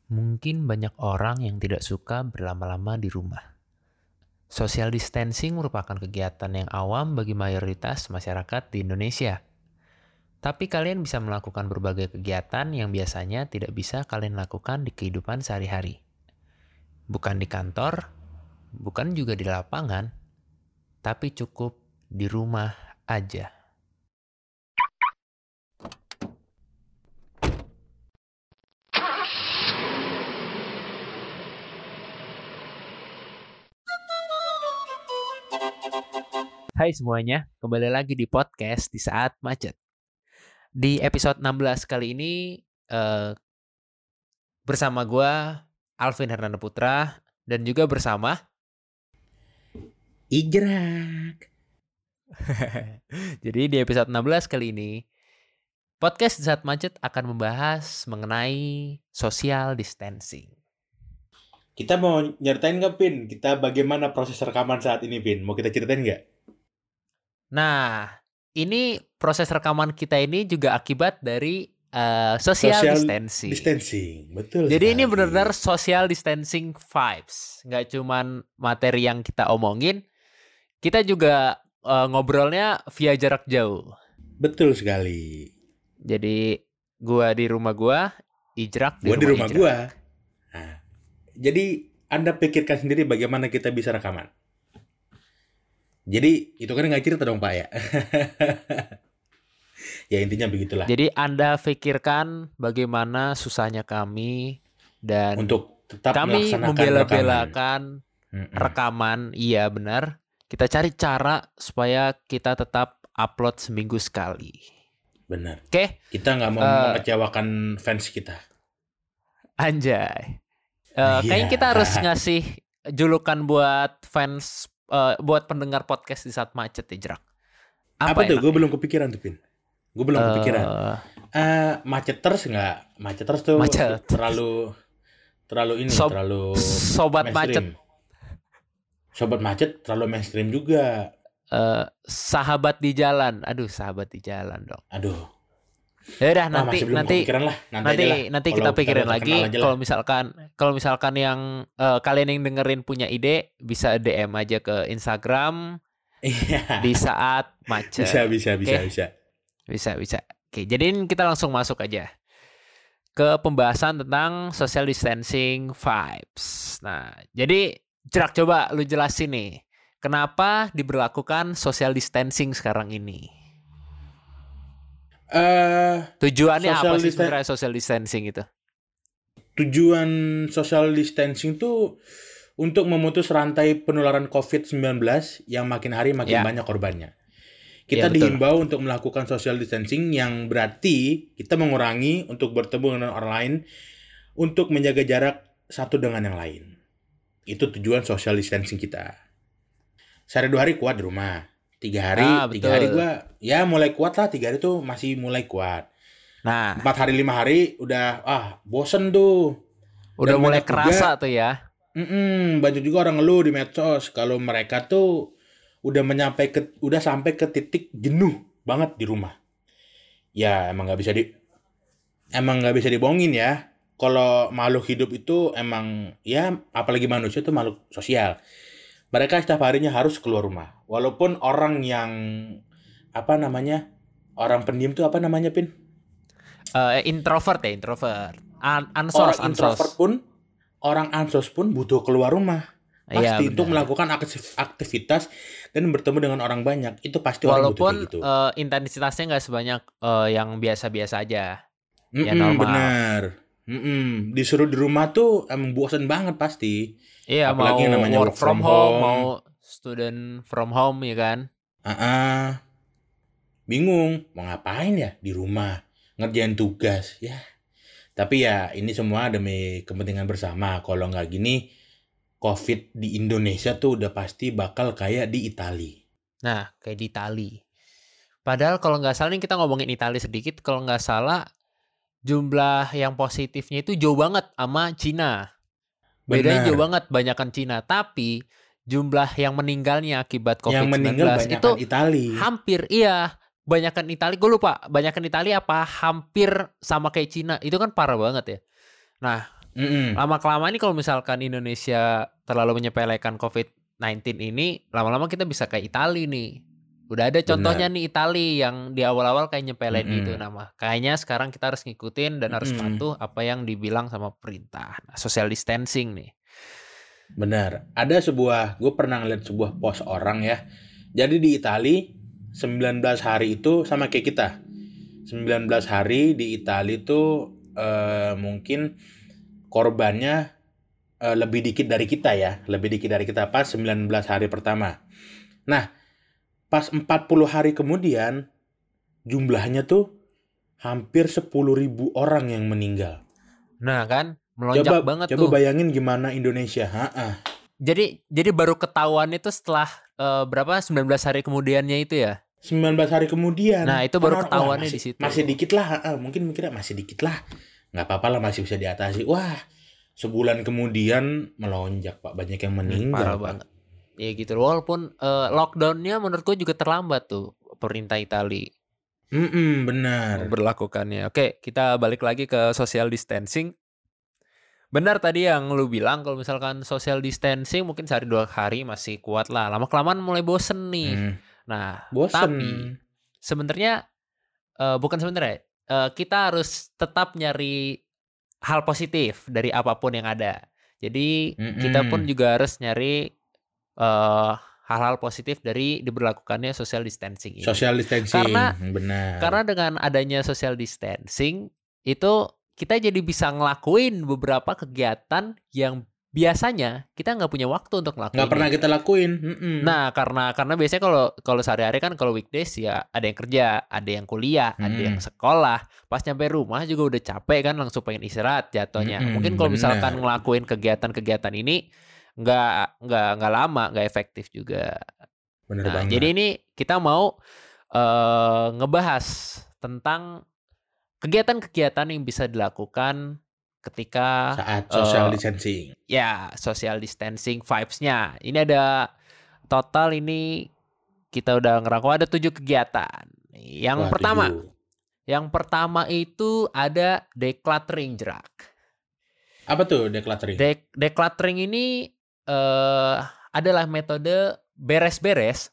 Mungkin banyak orang yang tidak suka berlama-lama di rumah. Social distancing merupakan kegiatan yang awam bagi mayoritas masyarakat di Indonesia. Tapi kalian bisa melakukan berbagai kegiatan yang biasanya tidak bisa kalian lakukan di kehidupan sehari-hari. Bukan di kantor, bukan juga di lapangan, tapi cukup di rumah aja. Hai semuanya, kembali lagi di podcast di saat macet. Di episode 16 kali ini bersama gue Alvin Hernando Putra dan juga bersama Ijrak. Jadi di episode 16 kali ini podcast di saat macet akan membahas mengenai social distancing. Kita mau nyeritain nggak, Pin? Kita bagaimana proses rekaman saat ini, Pin? Mau kita ceritain nggak? Nah, ini proses rekaman kita ini juga akibat dari social distancing. Betul. Jadi sekali. ini benar-benar social distancing vibes. Nggak cuman materi yang kita omongin, kita juga ngobrolnya via jarak jauh. Betul sekali. Jadi gua di rumah gua, Ijrak Gua di rumah Ijrak. gua. Nah, jadi Anda pikirkan sendiri bagaimana kita bisa rekaman. Jadi itu kan nggak cerita dong, Pak ya. Ya intinya begitulah. Jadi Anda pikirkan bagaimana susahnya kami dan Untuk tetap kami melaksanakan membela-belakan rekaman. Iya benar. Kita cari cara supaya kita tetap upload seminggu sekali. Benar. Oke. Kita nggak mau mengecewakan fans kita. Anjay. Kayaknya kita harus ngasih julukan buat fans, buat pendengar podcast di saat macet, Ijrak. Apa tuh? Gue belum kepikiran tuh, Pin. Gue belum kepikiran. Maceters nggak? Maceters tuh terlalu ini, terlalu sobat mainstream. Sobat macet terlalu mainstream juga. Sahabat di jalan. Aduh, sahabat di jalan dong. Aduh. Ya udah nanti kita pikirin lagi. Kalau misalkan yang kalian yang dengerin punya ide, bisa DM aja ke Instagram. Iya. Di saat macet. Bisa. Oke, jadi kita langsung masuk aja ke pembahasan tentang social distancing vibes. Nah, jadi Jerak, coba lu jelasin nih, kenapa diberlakukan social distancing sekarang ini? Tujuannya apa sih sebenarnya social distancing itu? Tujuan social distancing itu untuk memutus rantai penularan COVID-19 yang makin hari makin banyak korbannya. Kita dihimbau untuk melakukan social distancing yang berarti kita mengurangi untuk bertemu dengan orang lain untuk menjaga jarak satu dengan yang lain. Itu tujuan social distancing kita. Sehari 2 hari kuat di rumah. 3 hari gue ya mulai kuat lah. 3 hari tuh masih mulai kuat. Nah 4 hari 5 hari udah bosen tuh. Udah mulai kerasa juga, tuh ya. Banyak juga orang ngeluh di medsos kalau mereka tuh udah sampai ke titik jenuh banget di rumah. Ya emang nggak bisa dibohongin ya. Kalau makhluk hidup itu emang ya, apalagi manusia itu makhluk sosial. Mereka setiap harinya harus keluar rumah. Walaupun orang yang orang pendiam tuh apa namanya, Pin? Introvert. Orang ansos pun butuh keluar rumah. Pasti untuk melakukan aktivitas dan bertemu dengan orang banyak. Itu pasti orang butuh gitu. Walaupun intensitasnya nggak sebanyak yang biasa-biasa aja. Ya normal. Benar. Disuruh di rumah tuh emang bosan banget pasti. Iya, apalagi mau namanya work from home, mau student from home ya kan. Bingung mau ngapain ya di rumah, ngerjain tugas ya. Tapi ya ini semua demi kepentingan bersama. Kalau nggak gini, COVID di Indonesia tuh udah pasti bakal kayak di Itali. Nah, kayak di Itali. Padahal kalau nggak salah nih, kita ngomongin Itali sedikit, kalau nggak salah jumlah yang positifnya itu jauh banget sama Cina. Bedanya jauh banget, banyakan Cina. Tapi jumlah yang meninggalnya akibat COVID-19 itu Itali. Hampir banyakan Itali. Gue lupa, banyakan Itali apa hampir sama kayak Cina. Itu kan parah banget ya. Nah, Lama-kelamaan ini kalau misalkan Indonesia terlalu menyepelekan COVID-19 ini, lama-lama kita bisa kayak Italia nih. Udah ada contohnya Benar. nih Italia yang di awal-awal kayak nyepelin gitu. Mm-mm. Nah, kayaknya sekarang kita harus ngikutin dan harus Mm-mm. patuh apa yang dibilang sama pemerintah. Nah, social distancing nih. Benar. Ada gue pernah ngeliat sebuah post orang ya. Jadi di Italia 19 hari itu sama kayak kita. 19 hari di Italia itu mungkin korbannya lebih dikit dari kita ya. Lebih dikit dari kita pas 19 hari pertama. Nah, pas 40 hari kemudian jumlahnya tuh hampir 10.000 orang yang meninggal. Nah kan, melonjak banget Coba tuh. bayangin gimana Indonesia. Jadi baru ketahuan itu setelah berapa 19 hari kemudiannya itu ya. 19 hari kemudian. Nah, itu baru ketahuannya di situ. Masih dikit lah, mungkin mikirnya masih dikit lah. Nggak apa-apa lah, masih bisa diatasi. Wah, sebulan kemudian melonjak, Pak. Banyak yang meninggal, parah Pak. banget. Ya gitu. Walaupun lockdown-nya menurutku juga terlambat tuh pemerintah Italia. Benar. Berlakukannya. Oke, kita balik lagi ke social distancing. Benar tadi yang lu bilang kalau misalkan social distancing mungkin sehari 2 hari masih kuat lah. Lama-kelamaan mulai bosen nih. Nah, Bosen. tapi sebenarnya bukan sebenarnya kita harus tetap nyari hal positif dari apapun yang ada. Jadi kita pun juga harus nyari hal-hal positif dari diberlakukannya social distancing ini. Social distancing, benar. Karena dengan adanya social distancing itu kita jadi bisa ngelakuin beberapa kegiatan yang biasanya kita nggak punya waktu untuk ngelakuin. Nggak pernah kita lakuin. Nah, karena biasanya kalau sehari-hari kan kalau weekdays ya ada yang kerja, ada yang kuliah, ada yang sekolah. Pas nyampe rumah juga udah capek kan, langsung pengen istirahat jatuhnya. Mungkin kalau misalkan ngelakuin kegiatan-kegiatan ini nggak lama, nggak efektif juga. Bener banget. Jadi ini kita mau ngebahas tentang kegiatan-kegiatan yang bisa dilakukan ketika saat social distancing. Ya, social distancing vibes-nya. Ini ada total ini kita udah ngerangkum ada 7 kegiatan. Yang pertama itu ada decluttering, Jerak. Apa tuh decluttering? Decluttering ini adalah metode beberes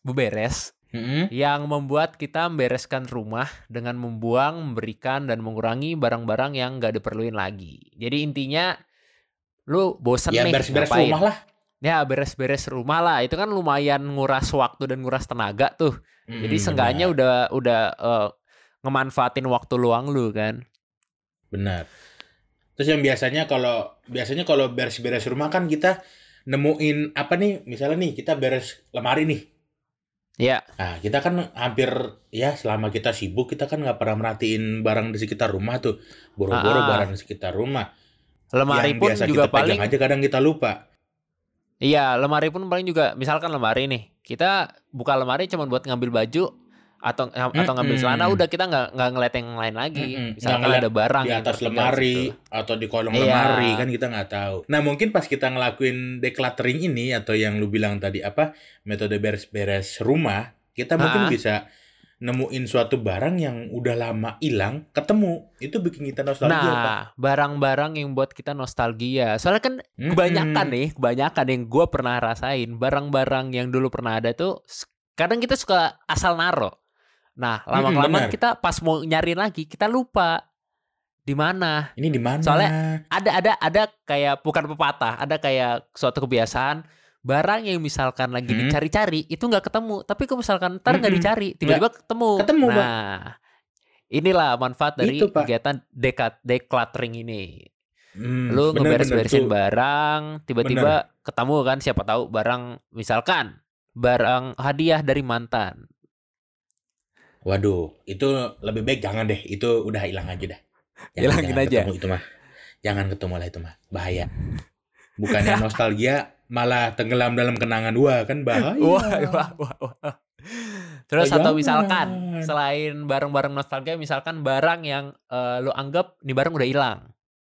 yang membuat kita membereskan rumah dengan membuang, memberikan, dan mengurangi barang-barang yang nggak diperluin lagi. Jadi intinya, lu bosen nih beres-beres ngapain? Rumah lah. Ya beres-beres rumah lah. Itu kan lumayan nguras waktu dan nguras tenaga tuh. Jadi seenggaknya udah ngemanfaatin waktu luang lu kan. Benar. Terus yang biasanya kalau beres-beres rumah kan kita nemuin apa nih? Misalnya nih kita beres lemari nih. Ya. Nah, kita kan hampir ya selama kita sibuk kita kan nggak pernah merhatiin barang di sekitar rumah tuh. Boro-boro barang di sekitar rumah. Lemari yang pun biasa juga kita pegang aja kadang kita lupa. Iya, lemari pun paling juga misalkan lemari nih. Kita buka lemari cuma buat ngambil baju atau ngambil celana, udah kita nggak ngeliat yang lain lagi. Misalkan ada barang di atas lemari atau di kolong lemari kan kita nggak tahu. Nah mungkin pas kita ngelakuin decluttering ini atau yang lu bilang tadi apa metode beres-beres rumah, kita mungkin bisa nemuin suatu barang yang udah lama hilang, ketemu. Itu bikin kita nostalgia, Pak. Nah, barang-barang yang buat kita nostalgia. Soalnya kan kebanyakan yang gue pernah rasain, barang-barang yang dulu pernah ada tuh kadang kita suka asal naro. Nah, lama-kelamaan kita pas mau nyari lagi, kita lupa di mana. Ini di mana? Soalnya ada kayak bukan pepatah, ada kayak suatu kebiasaan barang yang misalkan lagi dicari-cari itu nggak ketemu, tapi kalau misalkan ntar nggak dicari, tiba-tiba ketemu. Nah, inilah manfaat dari kegiatan decluttering ini. Lu ngeberes-beresin barang, tiba-tiba ketemu kan, siapa tahu barang misalkan barang hadiah dari mantan. Waduh, itu lebih baik jangan deh. Itu udah hilang aja dah. Hilangin aja. Itu mah. Jangan ketemu lah itu mah. Bahaya. Bukannya nostalgia, malah tenggelam dalam kenangan. Wah, kan bahaya. Wah. Terus atau misalkan selain barang-barang nostalgia, misalkan barang yang lu anggap nih barang udah hilang.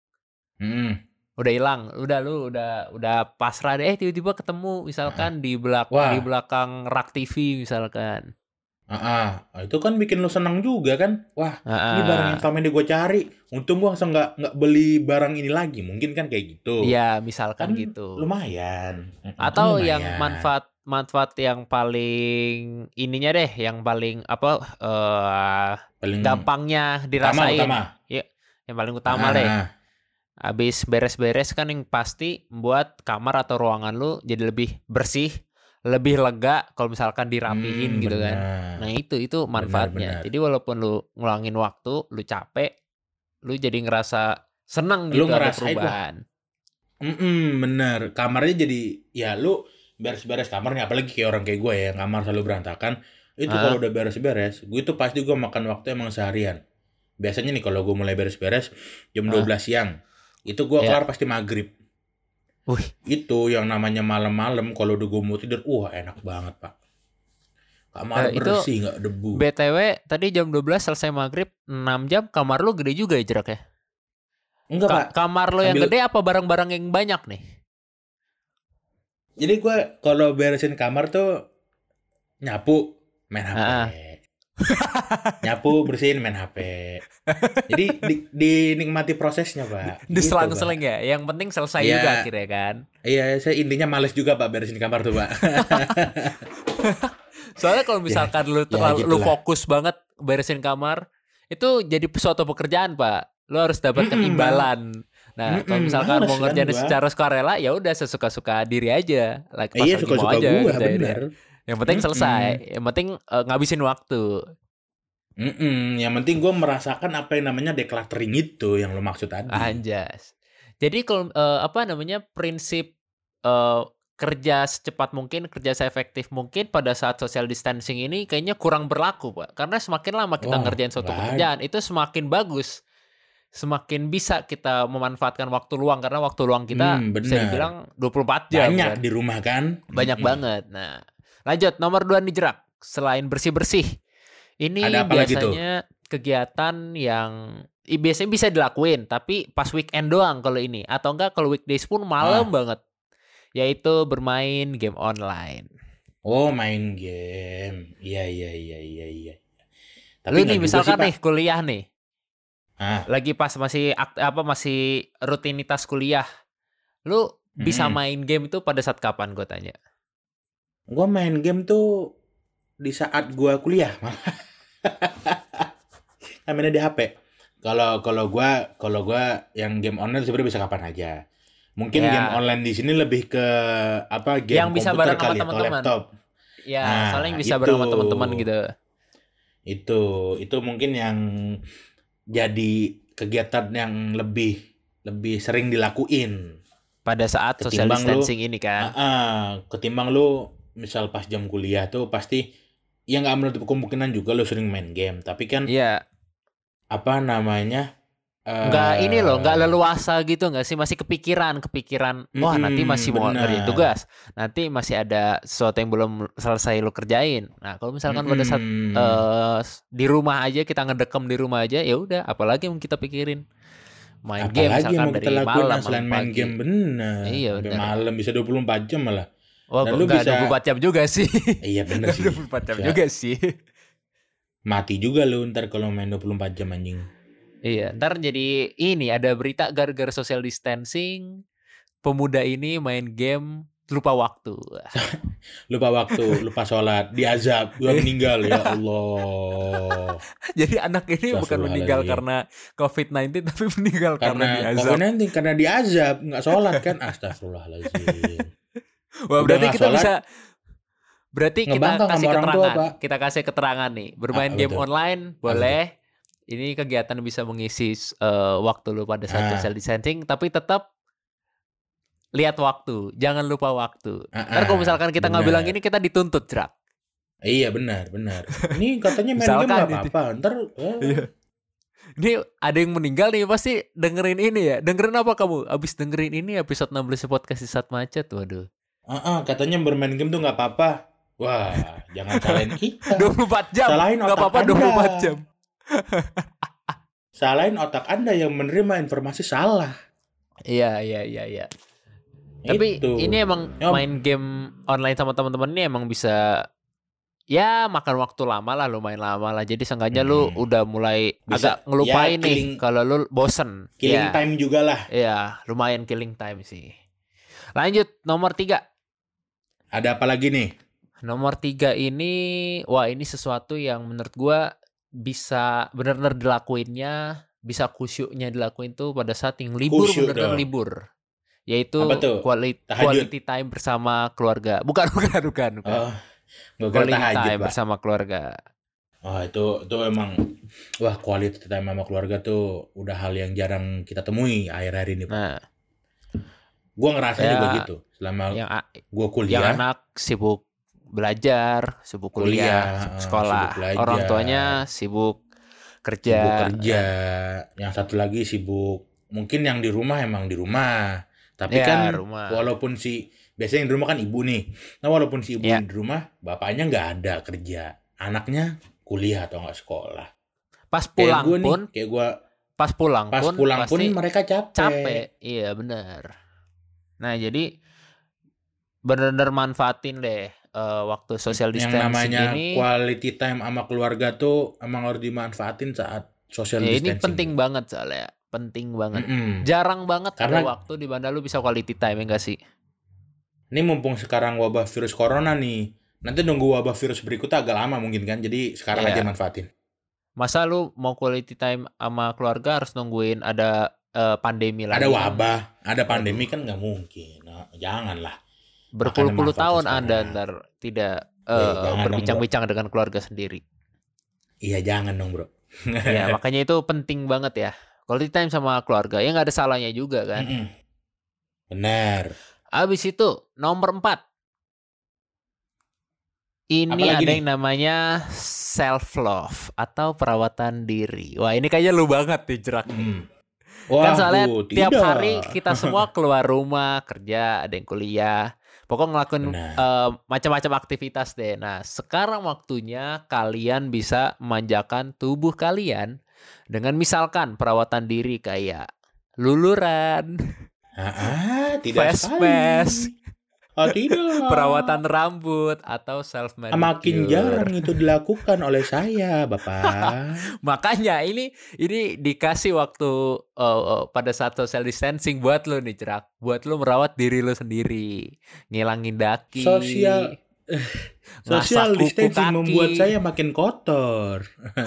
Udah hilang, udah pasrah deh, tiba-tiba ketemu misalkan di belakang rak TV misalkan. Itu kan bikin lu senang juga kan? Wah, ini barang yang Ah, selama ini gue cari. Untung gue langsung nggak beli barang ini lagi. Mungkin kan kayak gitu. ya misalkan Kan gitu. lumayan. Kan Atau yang lumayan. manfaat yang paling ininya deh, yang paling apa Paling gampangnya utama. dirasain. Ya, yang paling utama deh. Ah, Habis beres-beres kan yang pasti membuat kamar atau ruangan lu jadi lebih bersih, lebih lega kalau misalkan dirapihin gitu kan. Nah, benar. itu manfaatnya. Benar-benar. Jadi walaupun lu ngulangin waktu, lu capek, lu jadi ngerasa seneng Lu gitu ada ngerasain, wah, perubahan. bener. Kamarnya jadi, ya lu beres-beres kamarnya. Apalagi kayak orang kayak gue ya, yang kamar selalu berantakan. Itu kalau Heeh. udah beres-beres, gue itu pasti gue makan waktu emang seharian. Biasanya nih kalau gue mulai beres-beres jam Heeh. 12 siang. Itu gue Ya. kelar pasti maghrib. Wih, Itu yang namanya malam-malam kalau udah gue mau tidur, wah enak banget pak. Kamar itu bersih nggak debu. BTW tadi jam 12 selesai maghrib 6 jam kamar lu gede juga ya jaraknya. Enggak pak, Kamar lu yang sambil. gede apa barang-barang yang banyak nih? Jadi gue kalau beresin kamar tuh nyapu, main HP. Heeh. Nyapu, bersihin, main HP. Jadi dinikmati prosesnya pak. Gitu pak. Diselang-seling ya. Yang penting selesai juga Iya, akhirnya kan. iya saya intinya males juga pak beresin kamar tuh pak. Soalnya kalau Ya, misalkan lu ya lu gitulah. fokus banget beresin kamar, itu jadi suatu pekerjaan, Pak. Lu harus dapatkan Bang. imbalan. Nah, kalau misalkan Males mau kan ngerjain gua. secara sukarela, ya udah sesuka-suka diri aja. Pas Iya lagi mau suka-suka aja gua, ngerjainnya. bener. Yang penting selesai. Mhm. Yang penting ngabisin waktu. Yang penting gua merasakan apa yang namanya decluttering itu yang lo maksud tadi. Anjas. Jadi kalau apa namanya prinsip eh, kerja secepat mungkin, kerja seefektif mungkin pada saat social distancing ini kayaknya kurang berlaku, Pak. Karena semakin lama kita Wah, ngerjain suatu nggak ada. pekerjaan, itu semakin bagus, semakin bisa kita memanfaatkan waktu luang karena waktu luang kita bisa Bener. dibilang 24 jam Banyak kan. di rumah kan? Banyak banget. Nah, lanjut nomor 2 nih Jerak. Selain bersih-bersih, ini Ada apa lagi tuh? biasanya kegiatan yang biasanya bisa dilakuin tapi pas weekend doang kalau ini atau enggak kalau weekdays pun malam Ah, banget yaitu bermain game online. oh main game. Iya, iya, iya, iya, iya. Tapi Lu nih nggak juga sih, misalkan Pak. nih kuliah nih, Ah, lagi pas masih masih rutinitas kuliah, lu bisa mm main game itu pada saat kapan gue tanya? Gua main game tuh di saat gua kuliah. Mainnya di HP. Kalau gua yang game online sebenarnya bisa kapan aja. Mungkin game Ya, online di sini lebih ke apa yang game bisa komputer bareng sama kali ya atau teman-teman. laptop. Ya, soalnya Nah, yang bisa itu. bareng sama teman-teman gitu. Itu mungkin yang jadi kegiatan yang lebih lebih sering dilakuin Pada saat social ketimbang lu distancing ini kan. ketimbang lu misal pas jam kuliah tuh pasti ya nggak menutup kemungkinan juga lu sering main game tapi kan Iya, apa namanya nggak ini loh, nggak eh leluasa gitu nggak sih? Masih kepikiran. Wah nanti masih mau ngerjain benar. tugas, nanti masih ada sesuatu yang belum selesai lo kerjain. Nah kalau misalkan pada saat di rumah aja kita ngedekem di rumah aja, ya udah, apalagi yang kita pikirin main game Apalagi yang misalkan mau kita dari lakuin malam selain sampai main pagi. game, bener Iya sampai bener. malam bisa 24 jam malah. Wah Dan kok lu nggak bisa 24 jam juga sih, iya bener nggak sih 24 jam bisa juga sih. mati juga lu ntar kalau main 24 jam anjing. Iya, ntar jadi ini ada berita gara-gara social distancing, pemuda ini main game lupa waktu. Lupa waktu, lupa sholat, diazab, gua meninggal ya Allah. Jadi anak ini bukan meninggal Astagfirullahaladzim. karena COVID-19 tapi meninggal karena Karena diazab. COVID-19, karena diazab, nggak sholat kan? Astagfirullahaladzim. Wah, Udah nggak sholat, berarti kita ngebangkang sama kasih orang tua, keterangan. Pak. Kita kasih keterangan nih. Bermain Apa game tuh? online Apa tuh? boleh. Ini kegiatan bisa mengisi waktu lu pada saat social Ah, distancing tapi tetap lihat waktu, jangan lupa waktu. Ntar kalau misalkan kita nggak bilang bener. ini kita dituntut, Jerak. Iya benar, benar. Ini katanya main game Misalkan nggak itu. apa-apa. Ntar, Iya. Ini ada yang meninggal nih pasti dengerin ini ya. Dengerin apa kamu? Abis dengerin ini episode 16 podcast di saat macet. Waduh. katanya bermain game tuh nggak apa-apa. Wah, jangan salahin kita. 24 jam. Salahin Gak otak apa-apa Anda. 24 jam. Salahin otak Anda yang menerima informasi salah. Iya. Tapi Itu. ini emang Ya, main game online sama teman-teman ini emang bisa ya makan waktu lama lah, lumayan lama lah. Jadi seenggaknya lu Mm-mm. udah mulai Bisa agak ngelupain ya nih kalau lu bosen. killing Ya, time juga lah. ya lumayan killing time sih. Lanjut nomor 3. Ada apa lagi nih? Nomor 3 ini, wah ini sesuatu yang menurut gua bisa benar-benar dilakuinnya, bisa khusyuknya dilakuin tuh pada saat yang libur, Khusyuk benar-benar dong. libur. Apa Yaitu tuh? Tahajud. quality time bersama keluarga. Bukan. Oh, gue kira Quality tahajud, time Pak. bersama keluarga. Oh, itu emang wah, quality time sama keluarga tuh udah hal yang jarang kita temui akhir-akhir ini, Pak. Nah, Gue ngerasa juga ya gitu. Selama yang gue yang kuliah, anak sibuk belajar, sibuk kuliah, sibuk sekolah. sibuk Orang belajar, tuanya sibuk sibuk kerja. kerja. Yang satu lagi sibuk, mungkin yang di rumah emang di rumah. Tapi Ya, kan rumah. walaupun biasanya yang di rumah kan ibu nih. Nah, walaupun si ibu Ya. di rumah, bapaknya nggak ada kerja. Anaknya kuliah atau nggak sekolah. Pas pulang Kayak gue pun, nih, kayak gue pas pulang pas pun pulang pun pasti mereka capek. capek. Iya, benar. Nah, jadi benar-benar manfaatin deh waktu social Yang distancing namanya ini. quality time sama keluarga tuh emang harus dimanfaatin saat social Ya, ini distancing. penting banget soalnya. Penting banget. Mm-mm. Jarang banget ada Karena waktu di mana lu bisa quality time, ya nggak sih? ini mumpung sekarang wabah virus corona nih. Nanti nunggu wabah virus berikutnya agak lama mungkin kan. Jadi sekarang Iya. aja manfaatin. Masa lu mau quality time sama keluarga harus nungguin ada pandemi lagi? Ada kan? wabah, ada pandemi kan nggak mungkin. Nah, janganlah. Berpuluh-puluh tahun manfaatin Anda sekarang. ntar tidak Jangan berbincang-bincang dengan keluarga sendiri. Iya, jangan dong, bro. Ya, makanya itu penting banget ya. Quality time sama keluarga, ya nggak ada salahnya juga kan. Mm-mm. Benar. Abis itu, nomor 4. Ini Apalagi ada nih? yang namanya self-love atau perawatan diri. Wah, ini kayaknya lu banget nih, Jerak. Kan soalnya tiap tidak. hari kita semua keluar rumah, kerja, ada yang kuliah. Pokoknya ngelakuin Benar. macam-macam aktivitas deh. Nah, sekarang waktunya kalian bisa memanjakan tubuh kalian dengan misalkan perawatan diri kayak luluran, Tidak face sekali. mask, Tidak. perawatan rambut, atau self manicure. Makin jarang itu dilakukan oleh saya, Bapak. Makanya ini dikasih waktu pada saat social distancing buat lo nih, Cerak. Buat lo merawat diri lo sendiri, ngilangin daki. Social distancing kaki. membuat saya makin kotor.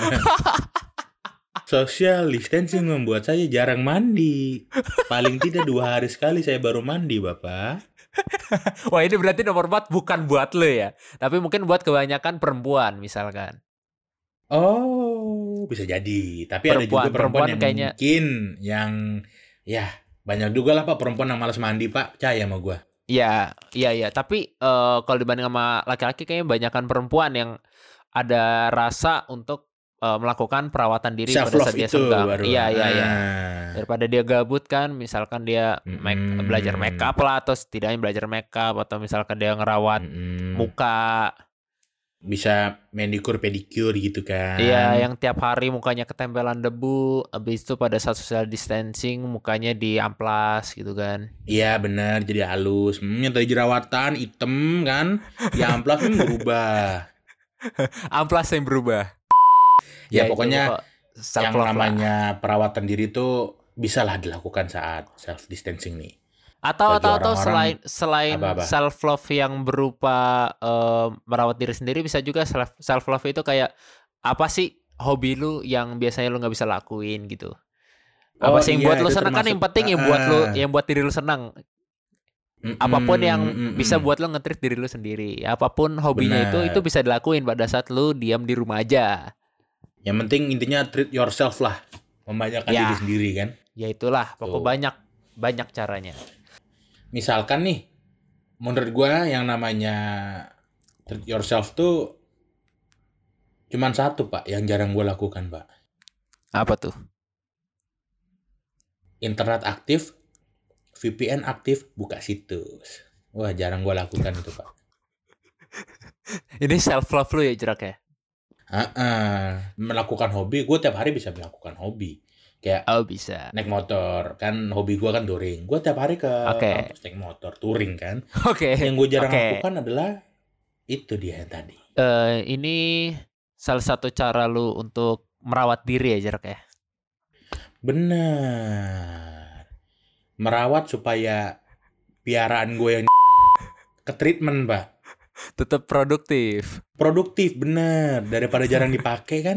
Social distancing membuat saya jarang mandi. Paling tidak 2 hari sekali saya baru mandi, Bapak. Wah, ini berarti nomor 4 bukan buat lo ya. Tapi mungkin buat kebanyakan perempuan misalkan. Oh, bisa jadi. Tapi ada juga perempuan yang kayaknya mungkin yang ya banyak juga lah, Pak, perempuan yang malas mandi, Pak. Percaya sama gua. Iya. Tapi kalau dibanding sama laki-laki kayaknya banyakan perempuan yang ada rasa untuk melakukan perawatan diri pada saat dia senggang. Iya. Daripada dia gabut kan, misalkan dia belajar make up lah, atau setidaknya belajar make up, atau misalkan dia ngerawat muka. Bisa manicure pedicure gitu kan. Iya, yang tiap hari mukanya ketempelan debu, habis itu pada saat social distancing mukanya diamplas gitu kan. Iya, benar, jadi halus. Yang tadi jerawatan hitam kan, diamplas berubah. Amplas yang berubah. Ya pokoknya yang namanya perawatan diri itu bisalah dilakukan saat self distancing nih. Atau selain self love yang berupa merawat diri sendiri, bisa juga self love itu kayak apa sih hobi lu yang biasanya lu nggak bisa lakuin gitu. Apa sih yang buat lu senang, kan yang penting yang buat diri lu senang. Apapun yang bisa buat lu nge-treat diri lu sendiri. Apapun hobinya itu bisa dilakuin pada saat lu diam di rumah aja. Yang penting intinya treat yourself lah, membanyakan diri sendiri kan. Ya itulah, pokoknya banyak caranya. Misalkan nih, menurut gue yang namanya treat yourself tuh cuman satu, Pak, yang jarang gue lakukan, Pak. Apa tuh? Internet aktif, VPN aktif, buka situs. Wah, jarang gue lakukan itu, Pak. Ini self love lu ya, Jerak ya? Melakukan hobi, gue tiap hari bisa melakukan hobi. Kayak bisa naik motor, kan hobi gue kan touring. Gue tiap hari ke kampus naik motor, touring kan. Yang gue jarang lakukan adalah itu dia yang tadi. Ini salah satu cara lu untuk merawat diri ya, Jarak ya. Bener. Merawat supaya piaraan gue yang ke treatment, Pak. Tetap produktif. Produktif, bener. Daripada jarang dipakai kan.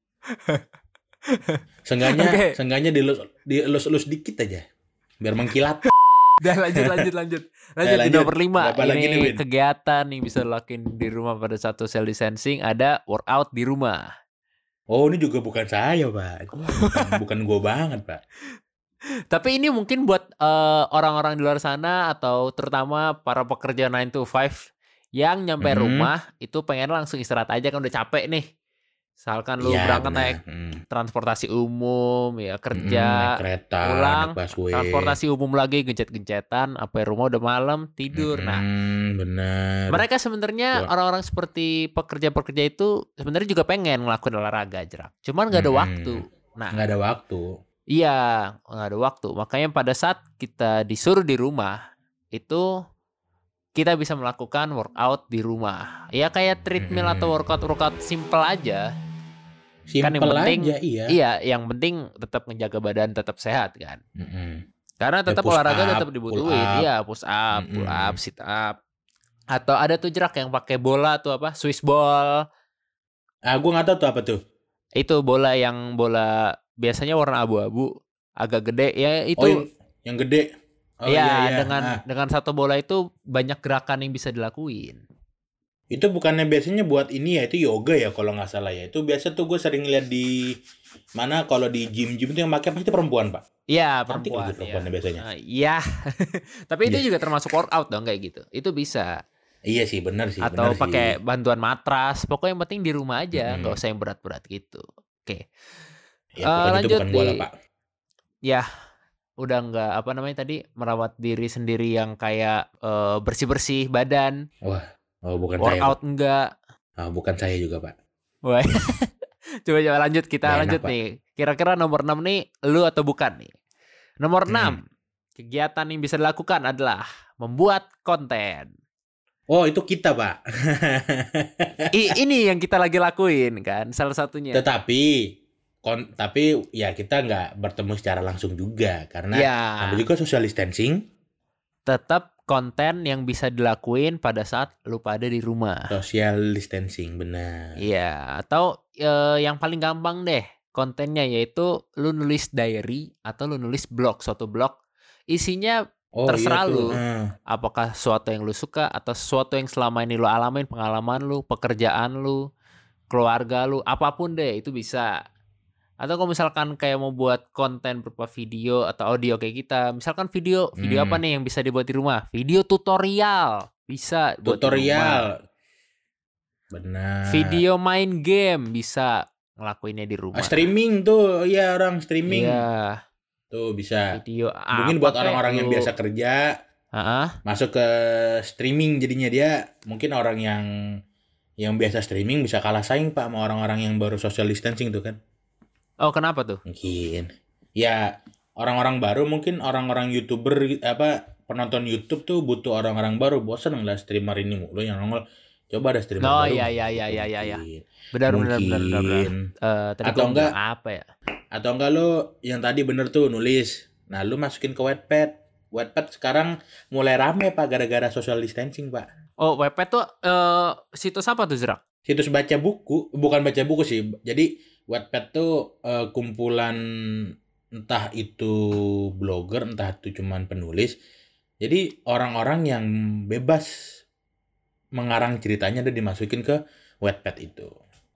Seenggaknya dielus-elus dikit aja. Biar mengkilat. Udah lanjut di nomor 5. Ini kegiatan yang bisa dilakuin di rumah pada saat social distancing, ada workout di rumah. Oh, ini juga bukan saya, Pak. Bukan gue banget, Pak. Tapi ini mungkin buat orang-orang di luar sana atau terutama para pekerja 9 to 5 yang nyampe rumah itu pengen langsung istirahat aja kan udah capek nih. Misalkan lu berangkat naik transportasi umum ya, kerja, naik kereta, pulang, naik busway, transportasi umum lagi, gencet-gencetan, sampai rumah udah malam, tidur. Nah, bener. Mereka sebenarnya orang-orang seperti pekerja-pekerja itu sebenarnya juga pengen ngelakuin olahraga, Jerak. Cuman nggak ada waktu. Nah, nggak ada waktu. Iya, nggak ada waktu. Makanya pada saat kita disuruh di rumah, itu kita bisa melakukan workout di rumah. Ya kayak treadmill atau workout simple aja. Kan yang penting, aja, iya. Iya, yang penting tetap menjaga badan tetap sehat kan. Karena tetap olahraga tetap dibutuhin. Iya, push up, pull up, sit up. Atau ada tuh Jerak yang pakai bola tuh apa? Swiss ball. Gue nggak tahu tuh apa tuh. Itu bola biasanya warna abu-abu, agak gede ya itu. Oh, yang gede. Oh iya. Dengan satu bola itu banyak gerakan yang bisa dilakuin. Itu bukannya biasanya buat ini ya, itu yoga ya kalau nggak salah ya. Itu biasa tuh gue sering lihat di mana kalau di gym-gym itu yang pakai pasti perempuan, Pak. Iya, perempuan. Perempuannya biasanya. Iya. Tapi itu juga termasuk workout dong kayak gitu. Itu bisa. Iya sih, benar sih. Atau pakai bantuan matras. Pokoknya yang penting di rumah aja, nggak usah yang berat-berat gitu. Oke. Ya, lanjut itu bukan bola, Pak. Ya, udah nggak apa namanya tadi merawat diri sendiri yang kayak bersih-bersih badan. Wah. Oh, bukan workout saya, enggak. Bukan saya juga, Pak. Wah. Coba lanjut, kita lanjut nih. Kira-kira nomor 6 nih, lu atau bukan nih? Nomor 6, kegiatan yang bisa dilakukan adalah membuat konten. Oh, itu kita, Pak. Ini yang kita lagi lakuin kan, salah satunya. Tapi ya kita nggak bertemu secara langsung juga. Karena ada juga social distancing. Tetap konten yang bisa dilakuin pada saat lu pada di rumah. Social distancing, benar. Iya, atau yang paling gampang deh kontennya yaitu lu nulis diary atau lu nulis blog, suatu blog. Isinya terserah lu. Apakah sesuatu yang lu suka atau sesuatu yang selama ini lu alamin, pengalaman lu, pekerjaan lu, keluarga lu, apapun deh itu bisa. Atau kalau misalkan kayak mau buat konten berupa video atau audio kayak kita, misalkan video apa nih yang bisa dibuat di rumah? Video tutorial bisa buat di rumah. Benar. Video main game bisa ngelakuinnya di rumah. Streaming tuh, ya orang streaming. Iya. Tuh bisa. Video mungkin buat orang-orang yang biasa kerja, masuk ke streaming jadinya dia. Mungkin orang yang biasa streaming bisa kalah saing Pak sama orang-orang yang baru social distancing tuh kan. Oh, kenapa tuh? Mungkin. Ya, orang-orang baru mungkin orang-orang YouTuber penonton YouTube tuh butuh orang-orang baru. Bosan ngeliat streamer ini mulu yang nongol. Coba ada streamer baru. Oh iya. Benar. Atau enggak apa ya? Atau enggak lo yang tadi bener tuh nulis. Nah, lu masukin ke Wattpad. Wattpad sekarang mulai rame Pak gara-gara social distancing, Pak. Oh, Wattpad tuh situs apa tuh, Zerak? Situs baca buku, bukan baca buku sih. Jadi Wattpad tuh kumpulan entah itu blogger, entah itu cuman penulis. Jadi orang-orang yang bebas mengarang ceritanya dan dimasukin ke Wattpad itu.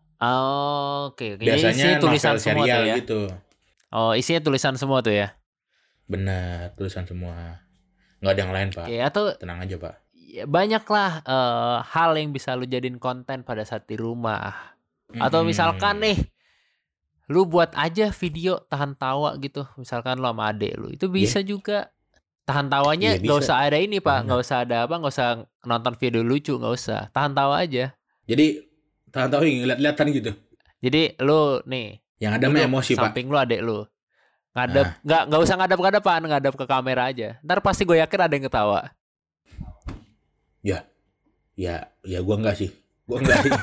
Oh, oke. Biasanya tulisan novel semua serial tuh ya? gitu. Oh, isinya tulisan semua tuh ya? Benar, tulisan semua. Nggak ada yang lain, Pak. Atau tenang aja, Pak. Ya, banyaklah hal yang bisa lu jadiin konten pada saat di rumah. Atau misalkan nih, lu buat aja video tahan tawa gitu. Misalkan lu sama adek lu. Itu bisa juga. Tahan tawanya nggak usah ada ini Pak. Nggak usah ada apa. Nggak usah nonton video lucu. Nggak usah. Tahan tawa aja. Jadi tahan tawa ngeliat-liatan gitu. Jadi lu nih. Yang ada mah emosi Pak. Samping lu adek lu. Nggak usah ngadap-ngadapan. Ngadap ke kamera aja. Ntar pasti gue yakin ada yang ketawa. Ya gue enggak sih. Gua enggak sih.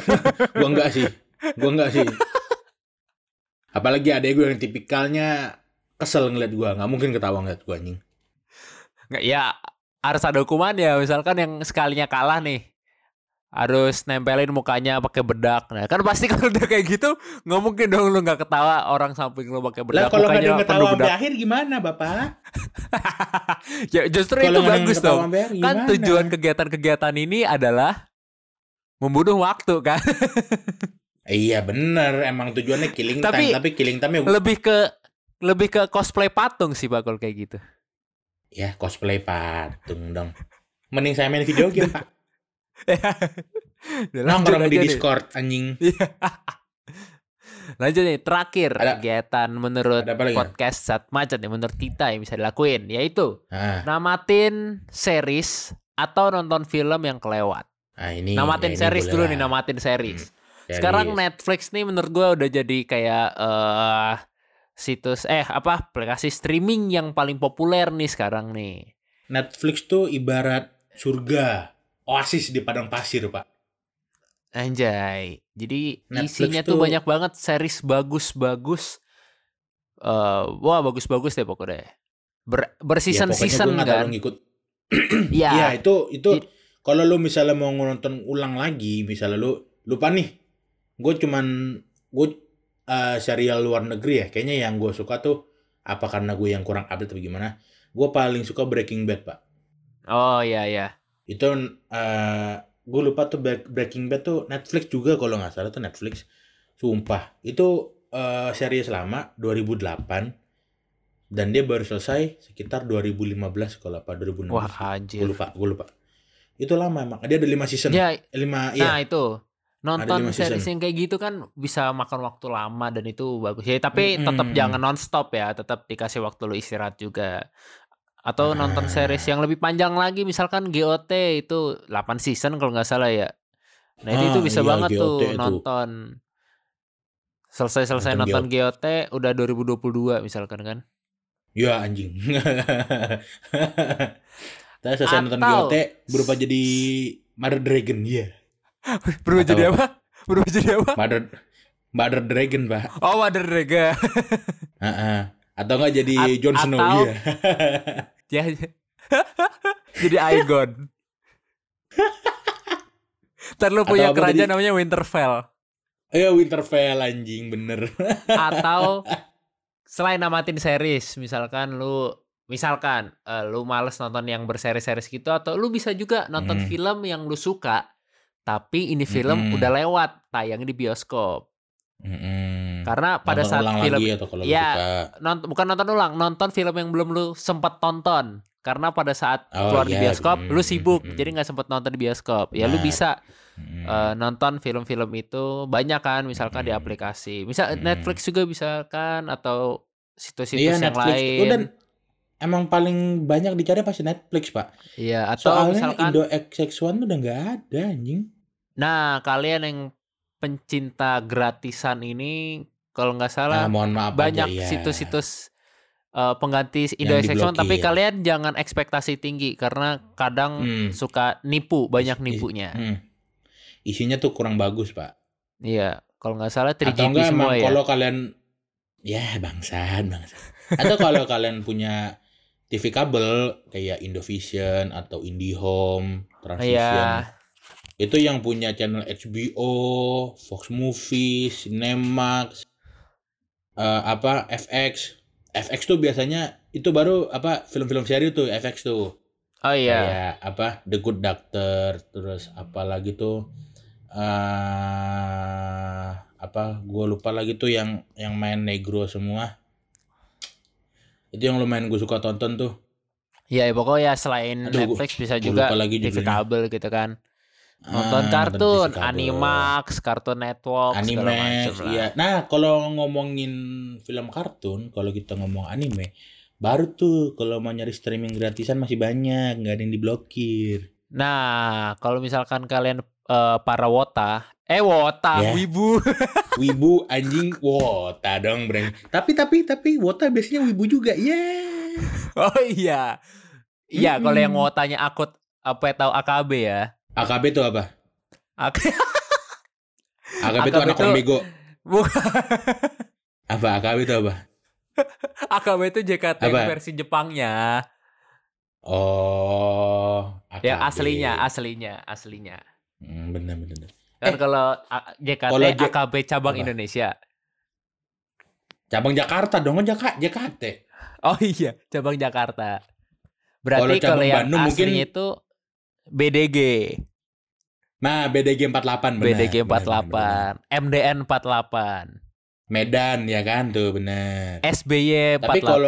Gua enggak sih. Apalagi adek gue yang tipikalnya kesel ngeliat gue, nggak mungkin ketawa ngeliat gue anjing. Nggak, ya harus ada hukuman ya. Misalkan yang sekalinya kalah nih, harus nempelin mukanya pakai bedak. Nah kan pasti kalau udah kayak gitu nggak mungkin dong lu nggak ketawa orang samping lu pakai bedak. Lah kalau nggak ada yang ketawa bedak. sampai akhir gimana bapak? Ya justru kalo itu bagus dong. Kan tujuan kegiatan-kegiatan ini adalah membunuh waktu kan. Iya bener, emang tujuannya killing time, tapi killing time lebih ke cosplay patung sih Pak kalau kayak gitu. Ya cosplay patung dong. Mending saya main video game Pak. Nongkrong di Discord anjing. Lanjut nih, terakhir kegiatan menurut podcast Zat Macet nih, menurut kita yang bisa dilakuin, yaitu namatin series atau nonton film yang kelewat. Namatin series dulu nih, namatin series. Sekarang Netflix nih menurut gue udah jadi kayak aplikasi streaming yang paling populer nih sekarang nih. Netflix tuh ibarat surga, oasis di padang pasir Pak. Anjay. Jadi Netflix isinya tuh banyak banget series bagus-bagus. Wah bagus-bagus deh pokoknya. Berseason-season kan. Ya itu kalau lu misalnya mau nonton ulang lagi, misalnya lu lupa nih. Gue serial luar negeri ya. Kayaknya yang gue suka tuh apa karena gue yang kurang update atau gimana. Gue paling suka Breaking Bad Pak. Oh iya. Itu gue lupa tuh Breaking Bad tuh Netflix juga kalau nggak salah tuh Netflix. Sumpah itu series lama 2008 dan dia baru selesai sekitar 2015 kalau apa 2016. Wah anjir. Gue lupa. Itu lama emang. Dia ada 5 season. Ya, 5 nah itu. Nonton series yang kayak gitu kan bisa makan waktu lama dan itu bagus ya. Tapi tetap jangan nonstop ya. Tetap dikasih waktu lu istirahat juga. Atau nonton series yang lebih panjang lagi. Misalkan GOT itu 8 season kalau nggak salah ya. Nah itu bisa banget GOT tuh nonton. Selesai nonton GOT udah 2022 misalkan kan. Ya anjing. Tapi selesai nonton GOT berubah jadi Mother Dragon ya. Berubah jadi apa? Mother Dragon Pak. Oh Mother Dragon. Atau nggak jadi Jon Snow ya. Jadi Aegon. Ntar lu punya kerajaan namanya Winterfell. Iya Winterfell anjing bener. Atau selain namatin series, misalkan lu males nonton yang berseri-series gitu, atau lu bisa juga nonton film yang lu suka. Tapi ini film udah lewat tayang di bioskop. Karena pada saat film bukan nonton ulang, nonton film yang belum lu sempat tonton. Karena pada saat keluar di bioskop lu sibuk, jadi nggak sempat nonton di bioskop. Ya lu bisa nonton film-film itu banyak kan, misalkan di aplikasi. Misal Netflix juga bisa kan, atau situs-situs yang Netflix lain. Itu dan emang paling banyak dicari pasti Netflix Pak. Iya. Atau soalnya misalkan Indo XX1 udah nggak ada anjing. Nah kalian yang pencinta gratisan ini kalau nggak salah mohon maaf banyak aja, situs-situs pengganti Indo XX1, tapi kalian jangan ekspektasi tinggi karena kadang suka banyak nipunya. Isinya tuh kurang bagus Pak. Iya, kalau nggak salah 3GP atau enggak semua ya. Kalau kalian bangsat. Atau kalau kalian punya TV kabel kayak Indovision atau IndiHome, Transvision. Itu yang punya channel HBO, Fox Movies, Cinemax, FX. FX tuh biasanya itu baru film-film seri tuh FX tuh. Oh iya. Kayak The Good Doctor, terus apalagi tuh gue lupa lagi tuh yang main negro semua. Itu yang lumayan gue suka tonton tuh. Iya, pokoknya selain Netflix bisa juga TV kabel gitu kan. Nonton kartun, Animax, Cartoon Network, segala macam lah. Iya. Nah, kalau ngomongin film kartun, kalau kita ngomong anime, baru tuh kalau mau nyari streaming gratisan masih banyak, nggak ada yang diblokir. Nah, kalau misalkan kalian para wota, wibu. Wibu anjing wota dong, Breng. Tapi wota biasanya wibu juga. Yeah. Oh iya. Iya, kalau yang wotanya akut tahu AKB ya. AKB itu apa? AKB itu anak orang bego. Bukan. Apa AKB itu apa? AKB itu JKT versi Jepangnya. Oh, AKB. Ya aslinya. Benar. Kan kalau JKT AKB cabang apa? Indonesia. Cabang Jakarta dong, JKT. Oh iya, cabang Jakarta. Berarti kalau yang Bandung aslinya mungkin... itu BDG. Nah, BDG 48 benar. BDG 48, MDN 48. Medan ya kan tuh benar. SBY 48. Tapi kalau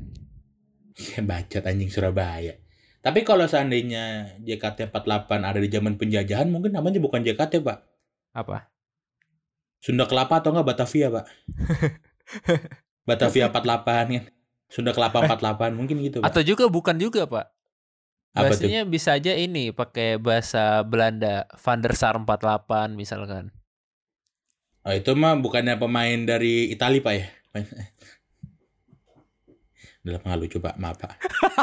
bacot anjing Surabaya. Tapi kalau seandainya JKT 48 ada di zaman penjajahan mungkin namanya bukan JKT, Pak. Apa? Sunda Kelapa atau enggak Batavia, Pak? Batavia 48 kan. Sunda Kelapa 48 mungkin gitu, Pak. Atau juga bukan juga, Pak. Bahasanya bisa aja ini pakai bahasa Belanda, Van der Sar 48 misalkan. Oh, itu mah bukannya pemain dari Italia, Pak ya? Udah nggak lucu, Pak. Maaf, Pak.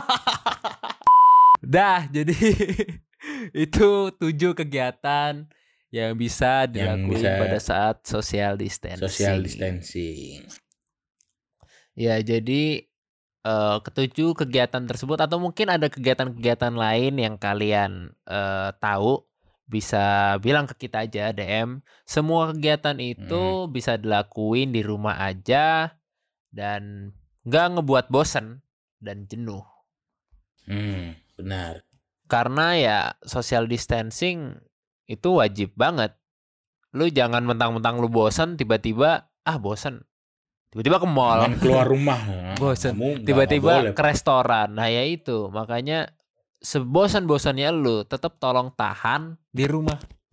Dah, jadi itu 7 kegiatan yang bisa dilakukan pada saat social distancing. Ya, jadi ketujuh kegiatan tersebut atau mungkin ada kegiatan-kegiatan lain yang kalian tahu, bisa bilang ke kita aja DM. Semua kegiatan itu bisa dilakuin di rumah aja dan nggak ngebuat bosen dan jenuh. Benar. Karena ya social distancing itu wajib banget. Lu jangan mentang-mentang lu bosen tiba-tiba bosen. Tiba-tiba ke mall, keluar rumah, bosen. Tiba-tiba ke restoran. Nah ya itu, makanya sebosan-bosannya lu tetap tolong tahan di rumah.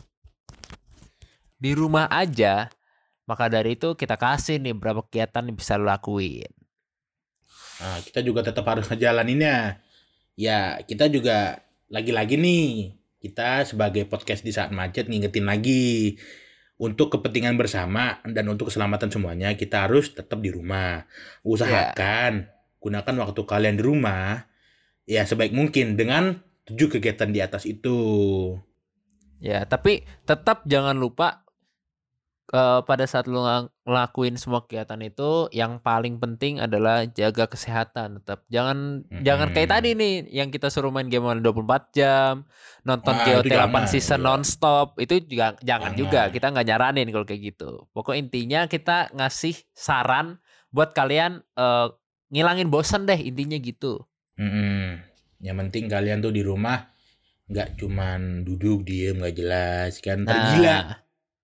Di rumah aja. Maka dari itu kita kasih nih berapa kegiatan yang bisa lu lakuin. Nah, kita juga tetap harus ngejalaninnya. Ya, kita juga lagi-lagi nih, kita sebagai podcast di saat macet ngingetin lagi. Untuk kepentingan bersama dan untuk keselamatan semuanya, kita harus tetap di rumah. Usahakan gunakan waktu kalian di rumah ya sebaik mungkin dengan 7 kegiatan di atas itu. Ya, tapi tetap jangan lupa pada saat lu ngelakuin semua kegiatan itu, yang paling penting adalah jaga kesehatan. Tetap jangan kayak tadi nih yang kita suruh main game 24 jam, nonton GOT 8 season non-stop. Itu juga jangan juga, kita nggak nyaranin kalau kayak gitu. Pokok intinya kita ngasih saran buat kalian ngilangin bosan deh, intinya gitu. Yang penting kalian tuh di rumah nggak cuman duduk diem nggak jelas kan, tergila.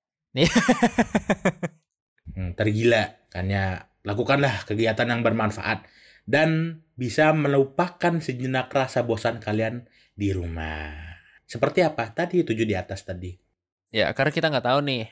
Tergila, karena lakukanlah kegiatan yang bermanfaat dan bisa melupakan sejenak rasa bosan kalian di rumah. Seperti apa tadi 7 di atas tadi. Ya, karena kita nggak tahu nih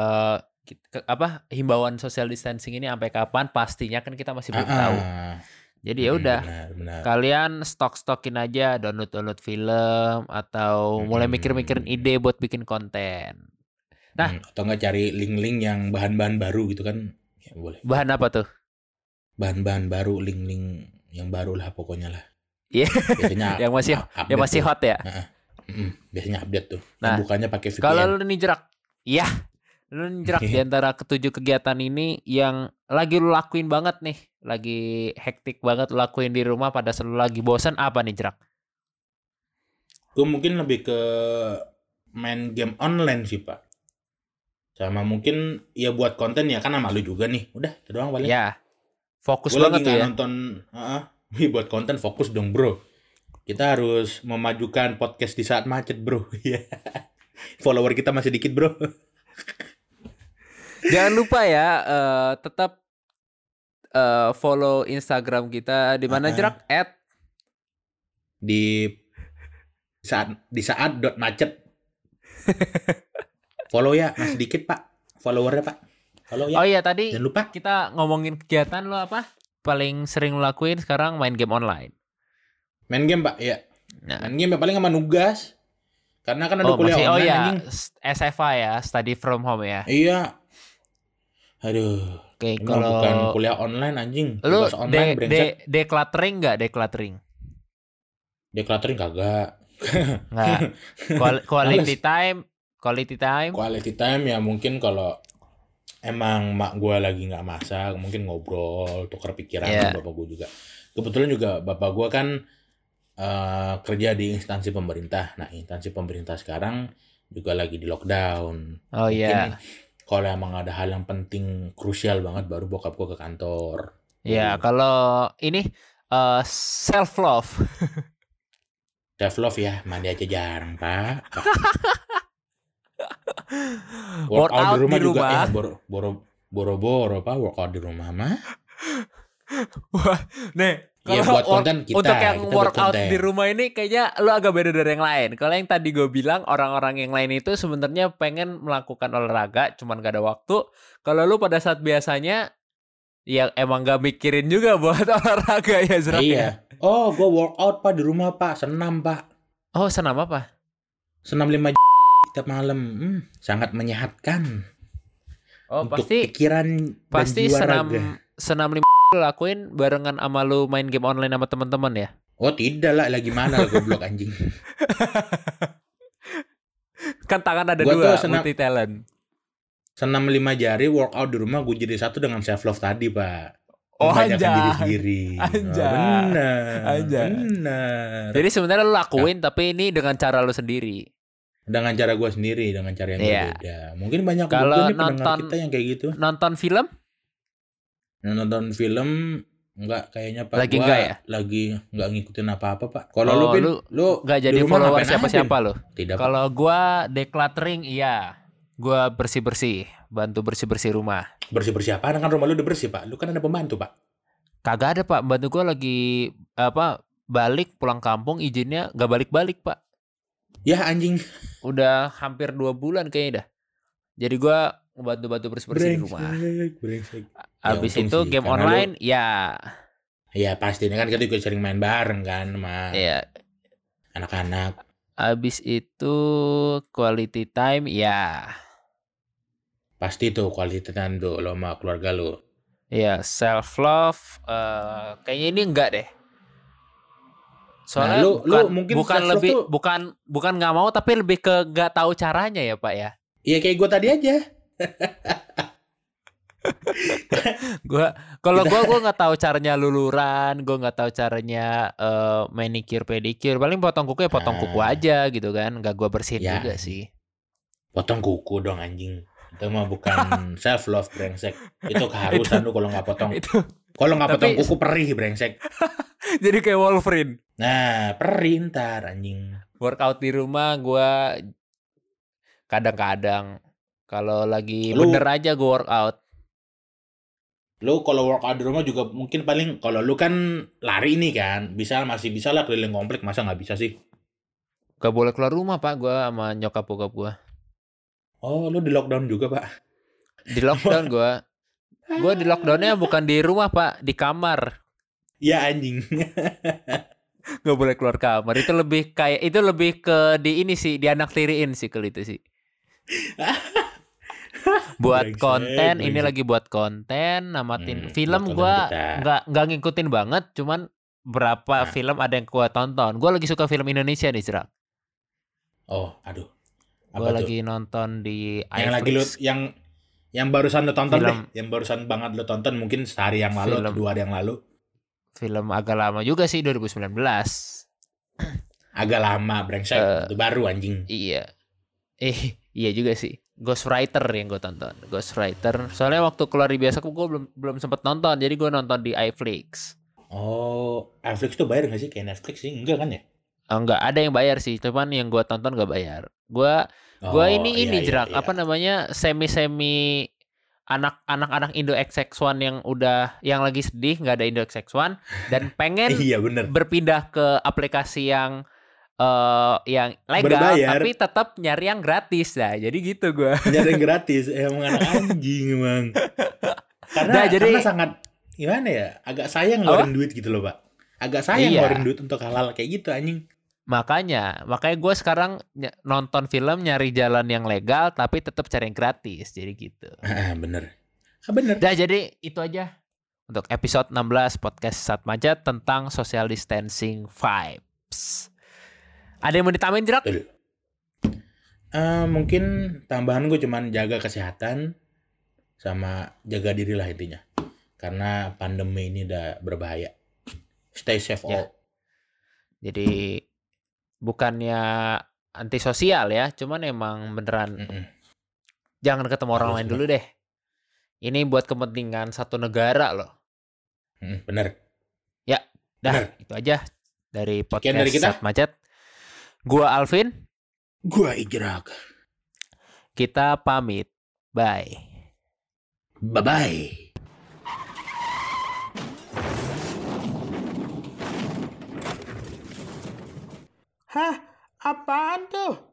himbauan social distancing ini sampai kapan, pastinya kan kita masih belum tahu. Jadi ya udah, kalian stokin aja, download film atau mulai mikir-mikirin ide buat bikin konten. Nah, atau nggak cari link-link yang bahan-bahan baru gitu kan, ya boleh. Bahan apa tuh? Bahan-bahan baru, link-link yang baru lah pokoknya lah. Iya. Biasanya yang masih hot ya. Biasanya update tuh. Nah, bukannya pakai VPN. Kalau lu nih Jerak, di antara ketujuh kegiatan ini yang lagi lu lakuin banget nih, lagi hektik banget lu lakuin di rumah pada saat lu lagi bosan, apa nih Jerak? Gue mungkin lebih ke main game online sih, Pak. Sama mungkin ya buat konten ya kan sama lu juga nih. Udah, itu doang paling. Ya. Fokus gua banget tuh ya. Nonton buat konten fokus dong, Bro. Kita harus memajukan podcast di saat macet, Bro. Ya. Follower kita masih dikit, Bro. Jangan lupa ya, tetap follow Instagram kita di mana Jerak? Di saat .macet. Follow ya, masih dikit Pak. Followernya Pak. Follow ya. Oh iya, tadi jangan lupa. Kita ngomongin kegiatan lo apa? Paling sering lo lakuin sekarang main game online. Main game Pak, ya. Main game paling sama nugas. Karena kan ada kuliah online anjing. SFA ya, study from home ya. Iya. Aduh. Oke, kalau bukan kuliah online anjing. Lu decluttering enggak? Decluttering kagak. Enggak. Quality time Quality time? Quality time ya mungkin kalau emang mak gue lagi nggak masak, mungkin ngobrol, tukar pikiran sama bapak gue juga. Kebetulan juga bapak gue kan kerja di instansi pemerintah. Nah, instansi pemerintah sekarang juga lagi di lockdown. Oh mungkin kalau emang ada hal yang penting, krusial banget, baru bokap gue ke kantor. Ya, kalau ini self love. Self love ya, mandi aja jarang, Pak. Workout di rumah juga ya, boro-boro Pak, workout di rumah mah. Wah, nih ya, buat konten kita. Untuk yang workout di rumah ini kayaknya lu agak beda dari yang lain. Kalau yang tadi gue bilang orang-orang yang lain itu sebenarnya pengen melakukan olahraga, cuman gak ada waktu. Kalau lu pada saat biasanya ya emang gak mikirin juga buat olahraga ya Zrak. Iya. Oh, gue workout Pak di rumah Pak, senam Pak. Oh, senam apa? Senam 5 tiap malam. Sangat menyehatkan. Oh, untuk pikiran pasti dan jiwa raga. Senam 5 lakuin barengan sama lu main game online sama teman-teman ya? Oh, tidak lah, lagi mana goblok anjing. Kan tangan ada dua, multi talent. Senam 5 jari, workout di rumah, gue jadi satu dengan self love tadi, Pak. Oh, anjay. Diri sendiri. Benar. Jadi sebenarnya lu lakuin tapi ini dengan cara lu sendiri. Dengan cara gue sendiri, dengan cara yang berbeda. Mungkin banyak kalau nih pendengar kita yang kayak gitu. Nonton film? Nonton film enggak kayaknya Pak. Lagi enggak ya? Lagi enggak ngikutin apa-apa Pak. Kalau lu enggak jadi follower siapa-siapa lu? Tidak. Kalau gua decluttering iya. Gua bersih-bersih, bantu bersih-bersih rumah. Bersih-bersih apa? Kan rumah lu udah bersih Pak. Lu kan ada pembantu Pak. Kagak ada Pak, pembantu gua lagi balik pulang kampung, izinnya enggak balik-balik Pak. Ya anjing. Udah hampir 2 bulan kayaknya dah. Jadi gua ngebantu-bantu bersih-bersih di rumah. Brengsek. Abis itu game online ya. Ya pasti, kan kita juga sering main bareng kan sama anak-anak. Abis itu quality time ya. Pasti tuh quality time tuh lo sama keluarga lo. Iya, self love kayaknya ini enggak deh. Soalnya bukan nggak mau tapi lebih ke nggak tahu caranya ya Pak ya. Iya kayak gue tadi aja. gue nggak tahu caranya luluran, gue nggak tahu caranya manicure pedicure, paling potong kuku ya potong kuku aja gitu kan, nggak gue bersihin juga sih. Potong kuku dong anjing, itu mah bukan self love brengsek, itu keharusan lu kalau nggak potong. Kalau nggak potong kuku perih brengsek. Jadi kayak Wolverine. Nah perih ntar anjing. Workout di rumah gue kadang-kadang kalau lagi bener aja gue workout. Lu kalau workout di rumah juga mungkin paling kalau lu kan lari nih kan, masih bisa lah keliling komplek, masa nggak bisa sih? Gak boleh keluar rumah Pak, gue sama nyokap bokap gue. Oh, lu di lockdown juga Pak? Di lockdown gue di lockdownnya bukan di rumah Pak, di kamar. Iya anjing. Gak boleh keluar kamar, itu lebih ke di ini sih, dianaktiriin sih kalau itu sih. Buat konten, ini lagi buat konten, namatin film gue nggak ngikutin banget, cuman berapa film ada yang gue tonton. Gue lagi suka film Indonesia nih Zrak. Oh, aduh. Gue lagi nonton di iFlix. Yang barusan lo tonton deh, yang barusan banget lo tonton mungkin sehari yang lalu atau 2 hari yang lalu. Film agak lama juga sih, 2019. Agak lama brengsek, itu baru anjing. Iya. Iya juga sih. Ghostwriter yang gue tonton. Ghostwriter. Soalnya waktu keluar di bioskop gue belum sempet nonton. Jadi gue nonton di iFlix. Oh, iFlix tuh bayar gak sih? Kayak Netflix sih? Enggak kan ya? Enggak, ada yang bayar sih. Cuman yang gue tonton gak bayar. Gue ini Jerak. Apa namanya? Semi anak-anak Indo XX1 yang lagi sedih gak ada Indo XX1 dan pengen berpindah ke aplikasi yang legal berbayar, tapi tetap nyari yang gratis lah. Jadi gitu gue. Nyari yang gratis, emang anak anjing emang. Karena sangat gimana ya? Agak sayang ngeluarin duit gitu loh, Pak. Agak sayang ngeluarin duit untuk hal-hal kayak gitu anjing. Makanya gue sekarang nonton film nyari jalan yang legal tapi tetap cari yang gratis. Jadi gitu. Bener. Nah, jadi itu aja untuk episode 16 podcast Satmaja tentang social distancing vibes. Ada yang mau ditambahin Jerak? Mungkin tambahan gue cuman jaga kesehatan sama jaga diri lah intinya. Karena pandemi ini udah berbahaya. Stay safe all. Jadi bukannya antisosial ya, cuman emang beneran jangan ketemu orang lain dulu deh. Ini buat kepentingan satu negara loh. Bener. Ya, dah itu aja dari podcast dari kita. Sat Macet. Gua Alvin. Gua Ijrak. Kita pamit. Bye. Bye-bye. Hah? Apaan tuh?